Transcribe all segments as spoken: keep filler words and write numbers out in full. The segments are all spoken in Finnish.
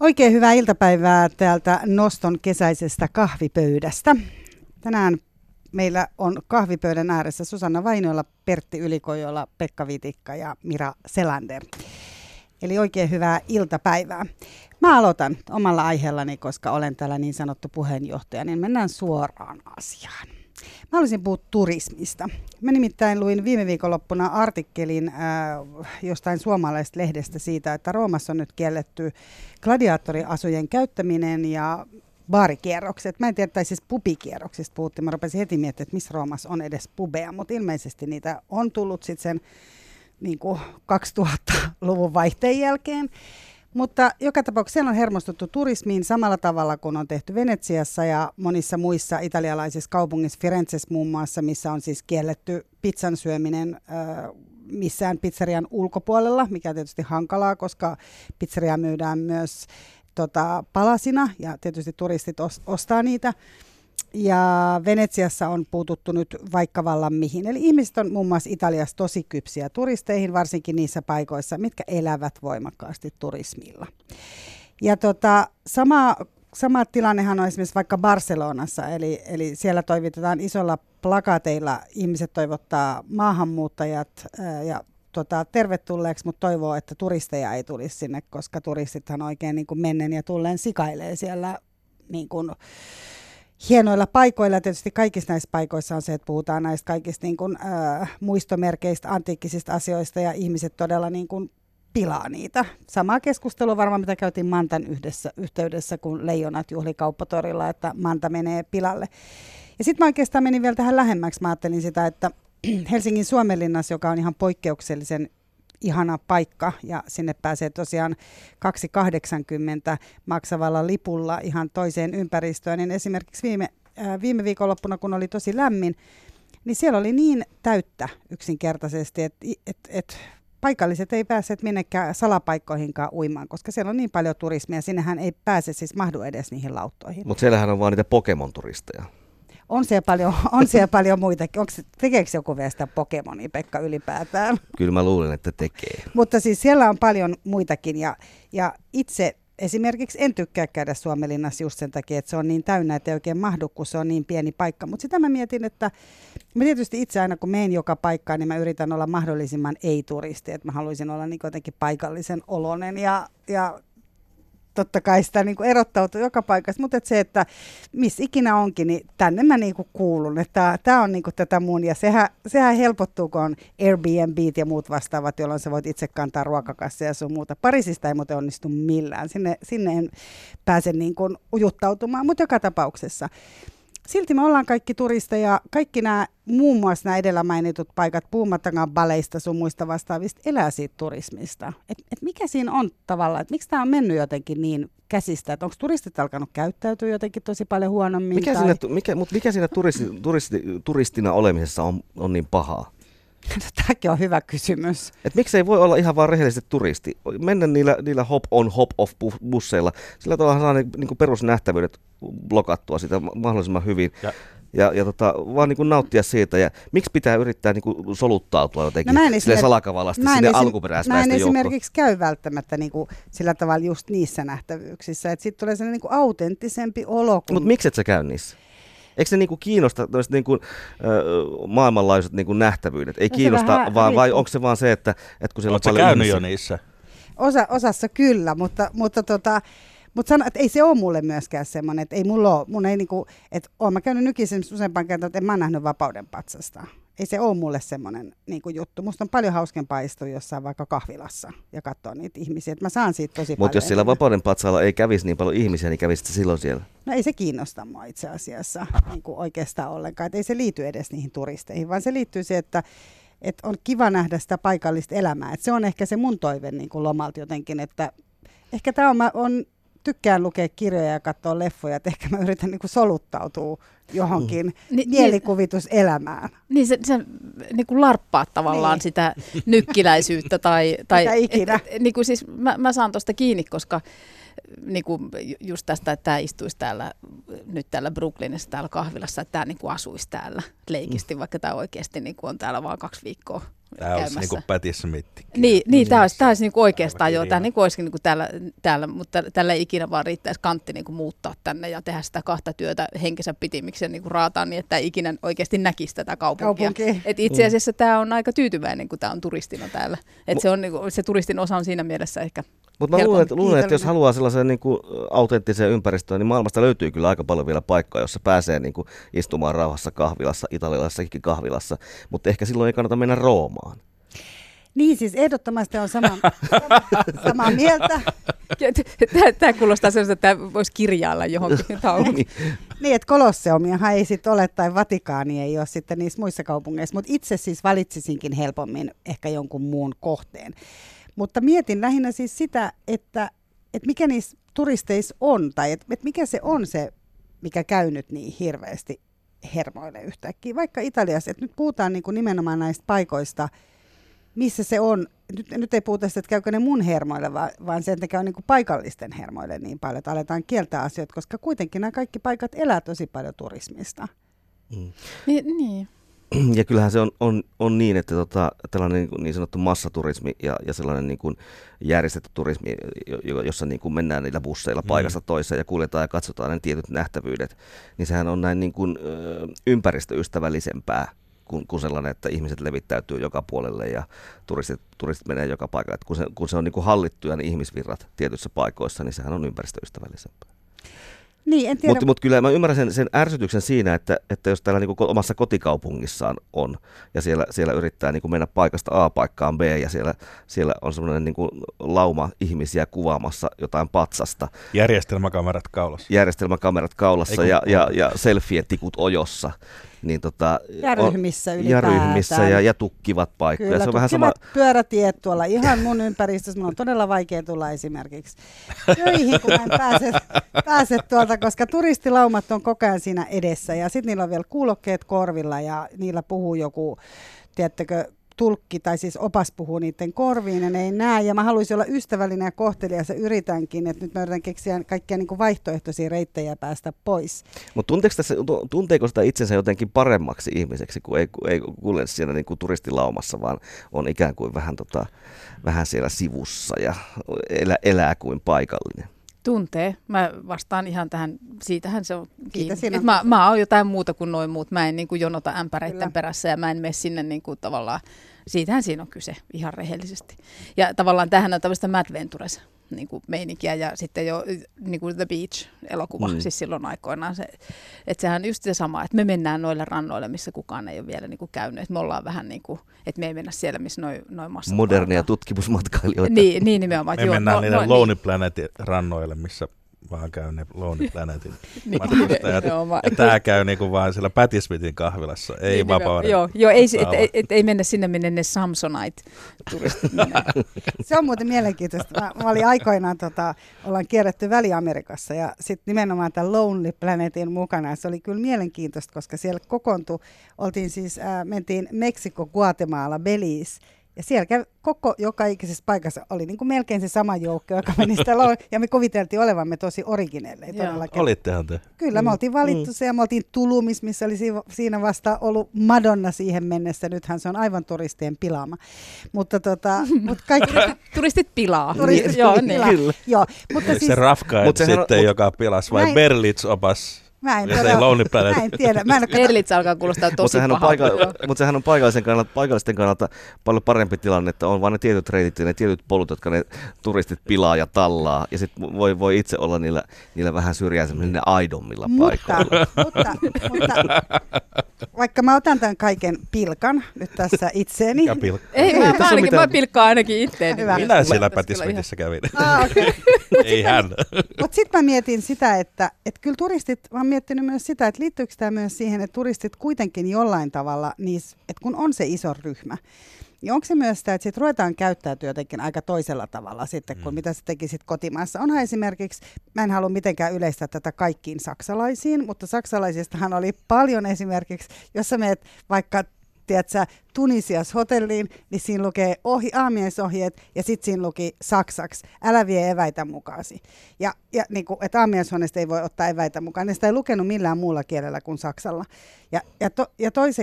Oikein hyvää iltapäivää täältä Noston kesäisestä kahvipöydästä. Tänään meillä on kahvipöydän ääressä Susanna Vainiola, Pertti Ylikojola, Pekka Vitikka ja Mira Selander. Eli oikein hyvää iltapäivää. Mä aloitan omalla aiheellani, koska olen täällä niin sanottu puheenjohtaja, niin mennään suoraan asiaan. Mä haluaisin puhua turismista. Mä nimittäin luin viime viikonloppuna artikkelin äh, jostain suomalaisesta lehdestä siitä, että Roomassa on nyt kielletty gladiaattoriasujen käyttäminen ja baarikierrokset. Mä en tiedä, tai siis pubikierroksista puhuttiin. Mä rupesin heti miettimään, että missä Roomassa on edes pubeja, mutta ilmeisesti niitä on tullut sitten sen niin kuin kaksituhattaluvun vaihteen jälkeen. Mutta joka tapauksessa siellä on hermostuttu turismiin samalla tavalla kuin on tehty Venetsiassa ja monissa muissa italialaisissa kaupungissa, Firenzessä muun muassa, missä on siis kielletty pizzan syöminen äh, missään pizzerian ulkopuolella, mikä on tietysti hankalaa, koska pizzeria myydään myös tota, palasina ja tietysti turistit os, ostaa niitä. Ja Venetsiassa on puututtu nyt vaikka vallan mihin. Eli ihmiset on muun muassa Italiassa tosi kypsiä turisteihin, varsinkin niissä paikoissa, mitkä elävät voimakkaasti turismilla. Ja tota, sama, sama tilannehan on esimerkiksi vaikka Barcelonassa, eli, eli siellä toivotetaan isolla plakateilla, ihmiset toivottaa maahanmuuttajat ää, ja tota, tervetulleeksi, mutta toivoo, että turisteja ei tulisi sinne, koska turistithan oikein niin kuin mennen ja tulleen sikailee siellä niin kuin hienoilla paikoilla. Tietysti kaikissa näissä paikoissa on se, että puhutaan näistä kaikista niin kuin, äh, muistomerkeistä, antiikkisista asioista ja ihmiset todella niin kuin pilaa niitä. Samaa keskustelua varmaan, mitä käytiin Mantan yhdessä, yhteydessä, kun leijonat juhli kauppatorilla, että Manta menee pilalle. Ja sitten mä oikeastaan menin vielä tähän lähemmäksi. Mä ajattelin sitä, että Helsingin Suomenlinnassa, joka on ihan poikkeuksellisen ihana paikka ja sinne pääsee tosiaan kaksi kahdeksankymmentä maksavalla lipulla ihan toiseen ympäristöön, niin esimerkiksi viime, äh, viime viikonloppuna, kun oli tosi lämmin, niin siellä oli niin täyttä yksinkertaisesti, että et, et paikalliset ei päässeet minnekään salapaikkoihinkaan uimaan, koska siellä on niin paljon turismia, sinnehän ei pääse siis mahdu edes niihin lauttoihin. Mutta siellähän on vaan niitä Pokemon-turisteja. On siellä paljon, on siellä paljon muitakin. Onko, tekeekö joku vielä sitä Pokemonia, Pekka, ylipäätään? Kyllä mä luulen, että tekee. Mutta siis siellä on paljon muitakin ja, ja itse esimerkiksi en tykkää käydä Suomenlinnassa just sen takia, että se on niin täynnä, että ei oikein mahdu, kun se on niin pieni paikka. Mutta sitä mä mietin, että mä tietysti itse aina kun menen joka paikkaan, niin mä yritän olla mahdollisimman ei-turisti. Että mä haluaisin olla niin jotenkin paikallisen oloinen ja, ja totta kai sitä niin kuin erottautuu joka paikassa, mutta et se, että missä ikinä onkin, niin tänne mä niin kuin kuulun. Tämä on niin kuin tätä mun, ja sehän, sehän helpottuu, kun on Airbnbt ja muut vastaavat, jolloin sä voit itse kantaa ruokakasseja ja sun muuta. Pariisista ei muuten onnistu millään, sinne, sinne en pääse niin kuin ujuttautumaan, mutta joka tapauksessa. Silti me ollaan kaikki turisteja, kaikki nämä, muun muassa nämä edellä mainitut paikat, puhumattakaan baleista sun muista vastaavista, elää siitä turismista. Et, et mikä siinä on tavallaan, että miksi tämä on mennyt jotenkin niin käsistä, että onko turistit alkanut käyttäytyä jotenkin tosi paljon huonommin? Mikä, tai... siinä, mikä, mutta mikä siinä turisti, turisti, turistina olemisessa on, on niin pahaa? Tämäkin on hyvä kysymys. Et miksei voi olla ihan vaan rehellisesti turisti? Mennä niillä, niillä hop-on, hop-off busseilla. Sillä tavalla saa niin, niin perusnähtävyydet blokattua sitä mahdollisimman hyvin. Ja, ja, ja tota, vaan niin kuin nauttia siitä. Ja miksi pitää yrittää niin kuin soluttautua jotenkin no silleen salakavallasti sinne alkuperäisväestön joukkoon? Mä en esimerkiksi käy välttämättä niin kuin sillä tavalla just niissä nähtävyyksissä. Että sitten tulee sellainen niin kuin autenttisempi olo. Kun... Mutta miksi et sä käy niissä? Eikö se niinku kiinnosta niinku, äh, maailmanlaajuiset niinku nähtävyydet? Ei no kiinnosta, vähän, vaan, vai onko se vaan se, että, että kun siellä Oletko on paljon käynyt ihmisiä? jo niissä? Osa, osassa kyllä, mutta, mutta, tota, mutta sano, että ei se ole mulle myöskään semmoinen, että ei mulla ole, mun ei niinku, että oon mä käynyt nykyisin useampaan kertaan, että en mä nähnyt Vapauden patsasta. Ei se ole mulle semmoinen niinku juttu. Musta on paljon hauskempaa istua jossain vaikka kahvilassa ja katsoa niitä ihmisiä. Että mä saan siitä tosi Mut paljon. Mutta jos siellä Vapauden patsalla ei kävisi niin paljon ihmisiä, niin kävisi silloin siellä? No ei se kiinnosta mua itse asiassa niin kuin oikeastaan ollenkaan. Et ei se liity edes niihin turisteihin, vaan se liittyy siihen, että et on kiva nähdä sitä paikallista elämää. Et se on ehkä se mun toive niin kuin lomalta jotenkin, että ehkä tämä on, mä on, tykkään lukea kirjoja ja katsoa leffoja, että ehkä mä yritän niin kuin soluttautua johonkin mm. mielikuvituselämään. Niin se, se niin kuin larppaa tavallaan niin. sitä nykkiläisyyttä. Tai, tai mitä ikinä. Et, et, niin kuin siis mä, mä saan tuosta kiinni, koska niin kuin just tästä, että tämä istuisi täällä, nyt täällä Brooklynissa täällä kahvilassa, että tämä niin kuin asuisi täällä leikisti, mm. vaikka tämä oikeasti niin kuin on täällä vaan kaksi viikkoa Tämä olisi niin kuin Patti Smith. Niin, niin tämä olisi, tämä olisi niin kuin oikeastaan jo, tämä niin kuin olisikin niin kuin täällä, täällä, mutta tällä ei ikinä vaan riittäisi kantti niin kuin muuttaa tänne ja tehdä sitä kahta työtä henkensä pitimiksi ja niin kuin raataa niin, että ei ikinä oikeasti näkisi tätä kaupunkia. Kaupunki. Et itse asiassa mm. tämä on aika tyytyväinen, kun tämä on turistina täällä. Et se, on, niin kuin, se turistin osa on siinä mielessä ehkä. Mutta mä luulen, että, luulen, että jos haluaa sellaisen niin kuin autenttiseen ympäristöön, niin maailmasta löytyy kyllä aika paljon vielä paikkoja, jossa pääsee niin kuin istumaan rauhassa kahvilassa, italialaisessakin kahvilassa, mutta ehkä silloin ei kannata mennä Roomaan. Niin, siis ehdottomasti on sama, sama, samaa mieltä. Tämä kuulostaa sellaista, että tämä voisi kirjailla johonkin tauluun. Niin, että Kolosseumiahan ei sitten ole, tai Vatikaani ei ole sitten niissä muissa kaupungeissa, mutta itse siis valitsisinkin helpommin ehkä jonkun muun kohteen. Mutta mietin lähinnä siis sitä, että, että mikä niissä turisteissa on, tai että, että mikä se on se, mikä käy nyt niin hirveästi hermoille yhtäkkiä. Vaikka Italiassa, että nyt puhutaan niin kuin nimenomaan näistä paikoista, missä se on. Nyt, nyt ei puhuta sitä, että käykö ne mun hermoille, vaan, vaan sen takia on niin kuin paikallisten hermoille niin paljon, että aletaan kieltää asioita, koska kuitenkin nämä kaikki paikat elää tosi paljon turismista. Mm. Niin, niin. Ja kyllähän se on, on, on niin, että tota, tällainen niin, niin sanottu massaturismi ja, ja sellainen niin kuin järjestetty turismi, jossa niin kuin mennään niillä busseilla paikasta toiseen ja kuljetaan ja katsotaan ne tietyt nähtävyydet, niin sehän on näin niin kuin, ö, ympäristöystävällisempää kuin, kuin sellainen, että ihmiset levittäytyy joka puolelle ja turistit, turistit menee joka paikalle. Kun se, kun se on niin kuin hallittuja ne ihmisvirrat tietyissä paikoissa, niin sehän on ympäristöystävällisempää. Niin, en tiedä. Mutta mut kyllä mä ymmärrän sen, sen ärsytyksen siinä, että, että jos täällä niinku omassa kotikaupungissaan on ja siellä, siellä yrittää niinku mennä paikasta A paikkaan B ja siellä, siellä on semmoinen niinku lauma ihmisiä kuvaamassa jotain patsasta. Järjestelmäkamerat kaulassa. Järjestelmäkamerat kaulassa ja, ja, ja selfie-tikut ojossa. Niin tota, ja ryhmissä ylipäätään. Ja ryhmissä ja, ja tukkivat paikkoja. Kyllä, se on vähän sama... pyörätiet tuolla ihan mun ympäristössä. Mun on todella vaikea tulla esimerkiksi töihin, kun mä en pääse, pääse tuolta, koska turistilaumat on koko ajan siinä edessä. Ja sitten niillä on vielä kuulokkeet korvilla ja niillä puhuu joku, tiedättekö, tulkki tai siis opas puhuu niiden korviin ja ne ei näe. Ja mä haluaisin olla ystävällinen ja kohtelias ja yritänkin, että nyt mä yritän keksiä kaikkia niin kuin vaihtoehtoisia reittejä päästä pois. Mutta tunteeko sitä itsensä jotenkin paremmaksi ihmiseksi, kun ei, kun ei kuule siinä niin kuin turistilaumassa, vaan on ikään kuin vähän, tota, vähän siellä sivussa ja elää, elää kuin paikallinen? Tuntee. Mä vastaan ihan tähän, siitähän se on kiinni. On. Mä, mä oon jotain muuta kuin noin muut. Mä en niin kuin jonota ämpäreiden Kyllä. perässä ja mä en mene sinne niin kuin tavallaan, siitähän siinä on kyse ihan rehellisesti. Ja tavallaan tämähän on tämmöistä Mad Ventures niin kuin meininkiä ja sitten jo niin kuin The Beach-elokuva, mm. siis silloin aikoinaan. Se, että sehän on just se sama, että me mennään noille rannoille, missä kukaan ei ole vielä niin kuin käynyt. Että me ollaan vähän niin kuin, että me ei mennä siellä, missä noin noi massat. Modernia tutkimusmatkailijoita. Niin, niin nimenomaan. Me joo, mennään no, niille no, Lonely niin. Planetin rannoille, missä vaan käy ne Lonely Planetin niin, matkustajat. Ja tämä käy niinku vaan siellä Patti Smithin kahvilassa, ei niin, vapauden. Joo, joo ei, et, et, et, ei mennä sinne, minne ne Samsonite-turistit menee. Se on muuten mielenkiintoista. Mä, mä olin aikoinaan, tota, ollaan kierretty Väli-Amerikassa ja sitten nimenomaan tämän Lonely Planetin mukana. Se oli kyllä mielenkiintoista, koska siellä kokoontui, oltiin siis, äh, mentiin Meksiko, Guatemala, Belize. Ja siellä kävi koko joka ikisessä paikassa oli niin kuin melkein se sama joukko, joka meni sitä lau- ja me kuviteltiin olevamme tosi originelleja. Olittehan te. Kyllä, me oltiin valittu mm. se ja me oltiin Tulumis, missä oli siinä vasta ollut Madonna siihen mennessä. Nythän se on aivan turistien pilaama. Mutta tota, mut kaikki... Turistit pilaa. Turistit Joo, pilaa. niin. Joo, mutta se siis... Rafka sitten, mut... joka pilasi, vai näin... Berlitz-opas? Mä en, todella, mä en tiedä. Mä en Berlitz alkaa kuulostaa tosi pahalta. Mutta paika- sehän on paikallisten kannalta, paikallisten kannalta paljon parempi tilanne, että on vain ne tietyt reitit ja ne tietyt polut, jotka ne turistit pilaa ja tallaa. Ja sitten voi, voi itse olla niillä, niillä vähän syrjäisemmillä aidommilla mutta, paikoilla. Mutta, mutta vaikka mä otan tämän kaiken pilkan nyt tässä itseeni. Ja pilkka. Ei, Ei mä, mä, ainakin, mitään. mä pilkkaan ainakin itteeni. Hyvä. Minä siellä Patti Smithissä kävin. Ah, okay. Ei hän. Mutta sitten mä mietin sitä, että et kyllä turistit, mä oon miettinyt myös sitä, että liittyykö tämä myös siihen, että turistit kuitenkin jollain tavalla, niis, että kun on se iso ryhmä, niin onko se myös sitä, että sit ruvetaan käyttäytyä jotenkin aika toisella tavalla sitten, kuin mm. mitä sä tekisit kotimaassa. Onhan esimerkiksi, mä en halua mitenkään yleistää tätä kaikkiin saksalaisiin, mutta saksalaisistahan oli paljon esimerkiksi, jos sä meet vaikka tiedätkö, Tunisias hotelliin, niin siinä lukee ohi, aamiesohjeet ja sitten siinä luki saksaksi, älä vie eväitä mukaasi. Ja, ja niin kuin, että aamieshuoneesta ei voi ottaa eväitä mukaan, niin sitä ei lukenut millään muulla kielellä kuin saksalla. Ja, ja, to, ja toiseksi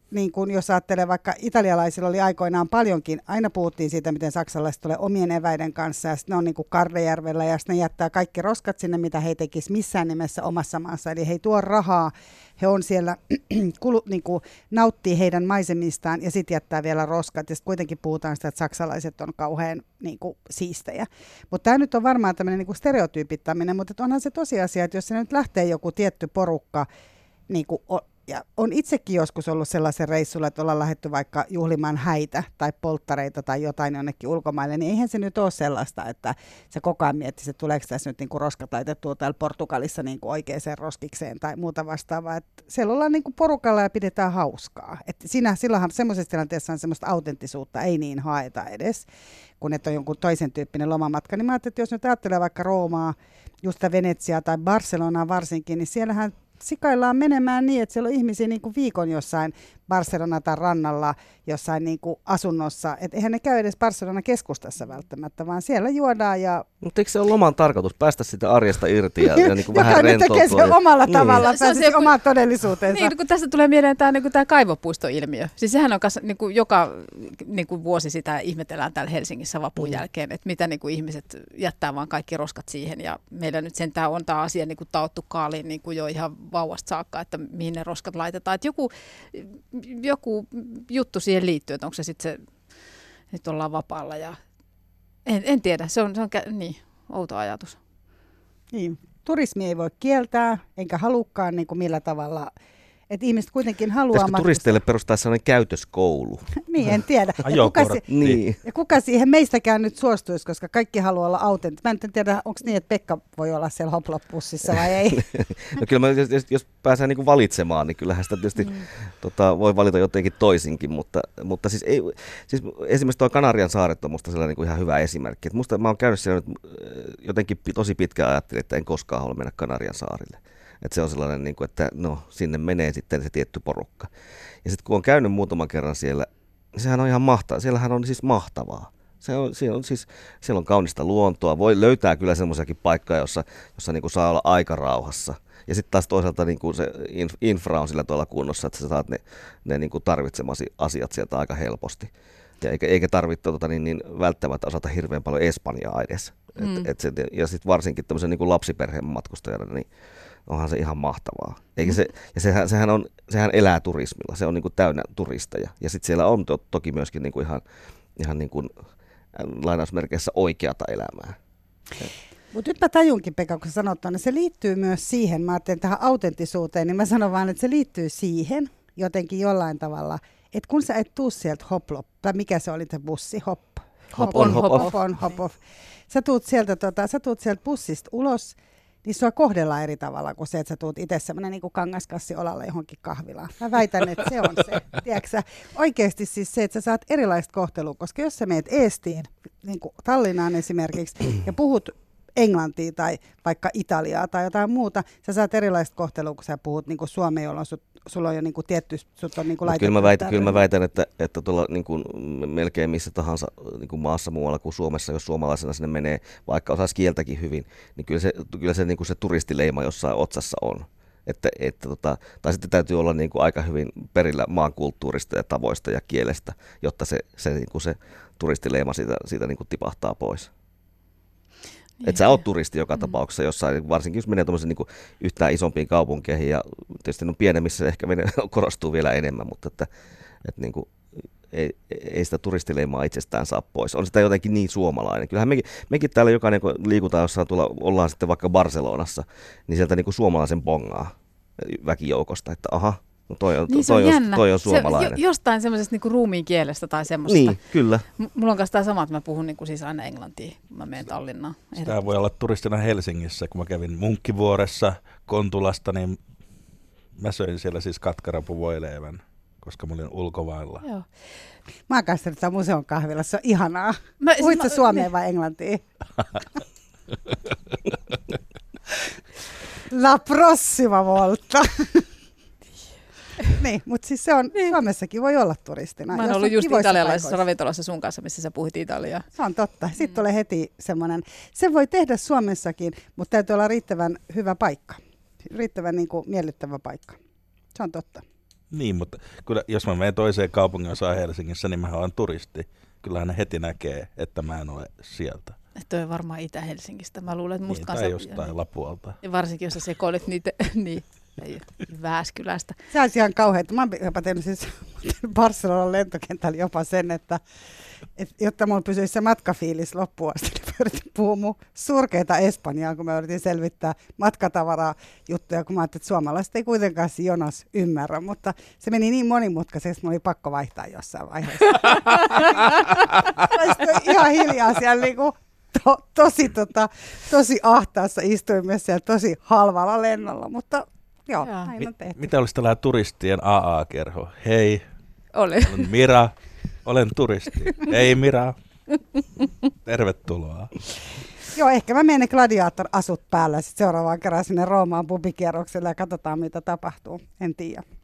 niin kun jos ajattelee, vaikka italialaisilla oli aikoinaan paljonkin, aina puhuttiin siitä, miten saksalaiset tulee omien eväiden kanssa, ja sitten ne on niin kuin Kardejärvellä, ja sitten ne jättää kaikki roskat sinne, mitä he tekisivät missään nimessä omassa maassa. Eli he ei tuo rahaa, he on siellä, kulu, niin kuin, nauttii heidän maisemistaan, ja sitten jättää vielä roskat, ja sitten kuitenkin puhutaan sitä, että saksalaiset on kauhean niin kuin, siistejä. Mutta tämä nyt on varmaan tämmöinen niin kuin stereotyypittaminen, mutta onhan se tosiasia, että jos se nyt lähtee joku tietty porukka, niin kuin, ja on itsekin joskus ollut sellaisen reissulla, että ollaan lähdetty vaikka juhlimaan häitä tai polttareita tai jotain jonnekin ulkomaille, niin eihän se nyt ole sellaista, että se koko ajan miettisi, että tuleeko tässä nyt niin kuin roskat laitettua täällä Portugalissa niin kuin oikeaan roskikseen tai muuta vastaavaa. Että siellä ollaan niin kuin porukalla ja pidetään hauskaa. Että siinä, silloinhan semmoisessa tilanteessa on semmoista autenttisuutta, ei niin haeta edes, kun että on jonkun toisen tyyppinen lomamatka. Niin mä ajattelin, että jos nyt ajattelee vaikka Roomaa, just Venetsiaa tai Barcelonaa varsinkin, niin siellähän sikaillaan menemään niin, että siellä on ihmisiä niin kuin viikon jossain Barcelona tai rannalla jossain niin kuin asunnossa. Että eihän ne käy edes Barcelona keskustassa välttämättä, vaan siellä juodaan. Ja... Mutta eikö se ole loman tarkoitus päästä sitä arjesta irti ja, ja niin kuin vähän rentoutua? Jokainen tekee sen omalla niin. tavalla, Se on pääsisi se, omaan todellisuuteensa. Niin, kun tästä tulee mieleen tämä niin tämä kaivopuistoilmiö. Siis sehän on kas, niin kuin joka niin kuin vuosi sitä ihmetellään täällä Helsingissä vapun mm. jälkeen, että mitä niin kuin ihmiset jättää vaan kaikki roskat siihen. Ja meillä nyt sentään on tämä asia niin kuin taottu kaaliin niin kuin jo ihan vauvasta saakka, että mihin ne roskat laitetaan. Että joku, joku juttu siihen liittyy, että onko se sitten se, nyt ollaan vapaalla ja en, en tiedä, se on, se on niin, outo ajatus. Niin, turismi ei voi kieltää, enkä halukkaan niin kuin millä tavalla, että ihmiset kuitenkin haluaa matkustaa. Pitäisikö turisteille perustaa sellainen käytöskoulu? Niin, en tiedä. Ja kuka, si- niin. ja kuka siihen meistäkään nyt suostuisi, koska kaikki haluaa olla autenttisia. Mä en tiedä, onko niin, että Pekka voi olla siellä hoploppussissa vai ei. No kyllä mä, jos, jos pääsee niin kuin valitsemaan, niin kyllähän sitä tietysti mm. tota, voi valita jotenkin toisinkin, mutta, mutta siis, ei, siis esimerkiksi tuo Kanarian saaret on musta sellainen niin kuin ihan hyvä esimerkki. Et musta mä oon käynyt siellä nyt jotenkin tosi pitkään ajattelin, että en koskaan halua mennä Kanarian saarille. Että se on sellainen, niin kuin, että no, sinne menee sitten se tietty porukka. Ja sitten kun on käynyt muutaman kerran siellä, niin sehän on ihan mahtavaa. Siellähän on siis mahtavaa. Se on, siellä, on siis, siellä on kaunista luontoa. Voi löytää kyllä semmoisiakin paikkoja, jossa, jossa niin kuin saa olla aika rauhassa. Ja sitten taas toisaalta niin kuin se infra on sillä tuolla kunnossa, että sä saat ne, ne niin kuin tarvitsemasi asiat sieltä aika helposti. Ja eikä, eikä tarvitse tota, niin, niin välttämättä osata hirveän paljon espanjaa edes. Mm. Et, et se, ja sitten varsinkin tämmöisen niin kuin lapsiperheen matkustajana, niin onhan se ihan mahtavaa. Eikä se, ja sehän, sehän, on, sehän elää turismilla, se on niin kuin täynnä turisteja. Ja sitten siellä on to, toki myöskin niin kuin ihan, ihan niin kuin lainausmerkeissä oikeata elämää. Mutta nyt mä tajunkin, Pekka, kun sanot, että se liittyy myös siihen, mä ajattelen tähän autenttisuuteen, niin mä sanon vaan, että se liittyy siihen jotenkin jollain tavalla, että kun sä et tuu sieltä hoplop, tai mikä se oli se bussi, hop, hop on, hop off. Hop on, hop off. Sä tuut sieltä, tota, sä tuut sieltä bussista ulos, niin sua kohdellaan eri tavalla kuin se, että sä tuut itse semmoinen niin kuin kangaskassi olalle johonkin kahvilaan. Mä väitän, että se on se. Tiedätkö, oikeasti siis se, että sä saat erilaista kohtelua, koska jos sä meet Eestiin, niin kuin Tallinnaan esimerkiksi, ja puhut englantia tai vaikka italiaa tai jotain muuta, sä saat erilaista kohtelua, kun sä puhut niin kuin suomea, jolloin sut, sulla on jo niin kuin tietty, sut on niin kuin laitettu. Kyllä mä väitän, kyllä mä väitän että, että tuolla niin kuin melkein missä tahansa niin kuin maassa muualla kuin Suomessa, jos suomalaisena sinne menee, vaikka osaisi kieltäkin hyvin, niin kyllä se, kyllä se, niin kuin se turistileima jossain otsassa on. Että, että, tota, tai sitten täytyy olla niin kuin aika hyvin perillä maan kulttuurista ja tavoista ja kielestä, jotta se, se, niin kuin se turistileima siitä, siitä niin kuin tipahtaa pois. Että sä oot turisti joka tapauksessa jossain, varsinkin jos menee tuollaisiin niin yhtään isompiin kaupunkeihin ja tietysti no pienemmissä ehkä menee, korostuu vielä enemmän, mutta että, että niin kuin, ei, ei sitä turistileimaa itsestään saa pois. On sitä jotenkin niin suomalainen. Kyllähän mekin, mekin täällä jokainen, kun liikutaan jossain, tulla, ollaan sitten vaikka Barcelonassa, niin sieltä niin kuin suomalaisen bongaa väkijoukosta, että aha, no toi on, niin toi on, on, toi on suomalainen. Se, jo, jostain semmoisesta niinku ruumiin kielestä tai semmoista. Niin, kyllä. M- mulla on kanssa tämä sama, että mä puhun niinku siis aina englantia, kun mä menen Tallinnaan. Sitä voi olla turistina Helsingissä, kun mä kävin Munkkivuoressa Kontulasta, niin mä söin siellä siis katkarapuvoileivän, koska mä olin ulkovailla. Joo. Mä oon kanssa nyt museon kahvilassa, se on ihanaa. Mä, Puhuit sä mä, suomea ne. vai englantia? La prossima volta. Niin, mutta siis se on, niin. Suomessakin voi olla turistina. Mä oon ollut just italialaisessa ravintolassa sun kanssa, missä sä puhuit italiaa. Se on totta. Sitten mm. tulee heti semmoinen, se voi tehdä Suomessakin, mutta täytyy olla riittävän hyvä paikka. Riittävän niin kuin miellyttävä paikka. Se on totta. Niin, mutta kyllä, jos mä menen toiseen kaupungin osaan Helsingissä, niin mä olen turisti. Kyllähän ne heti näkee, että mä en ole sieltä. Toi on varmaan Itä-Helsingistä. Mä luulen, että musta Niin, kanssa... tai jostain Lapualta. Ja varsinkin, jos sä sekoilit niitä, niin, Vääskylästä. Se olisi ihan kauheaa. Mä oon jopa tehnyt siis Barcelonan lentokentällä jopa sen, että, että jotta mulla pysyisi se matkafiilis loppuun asti, niin mä yritin puhua mun surkeita Espanjaa, kun mä yritin selvittää matkatavaraa juttuja, kun mä ajattelin, että suomalaiset ei kuitenkaan jonos ymmärrä, mutta se meni niin monimutkaiseksi, että mulla oli pakko vaihtaa jossain vaiheessa. Mä ihan hiljaa siellä niin kuin To, tosi, tota, tosi ahtaassa istuimessa ja tosi halvalla lennolla, mutta joo, Jaa. näin on tehty. Mitä olisi tällainen turistien A A-kerho? Hei, Oli. olen Mira, olen turisti. Hei Mira, tervetuloa. Joo, ehkä mä menen Gladiator-asut päällä sitten seuraavaan kerran sinne Roomaan pubikierrokselle ja katsotaan mitä tapahtuu, en tiedä.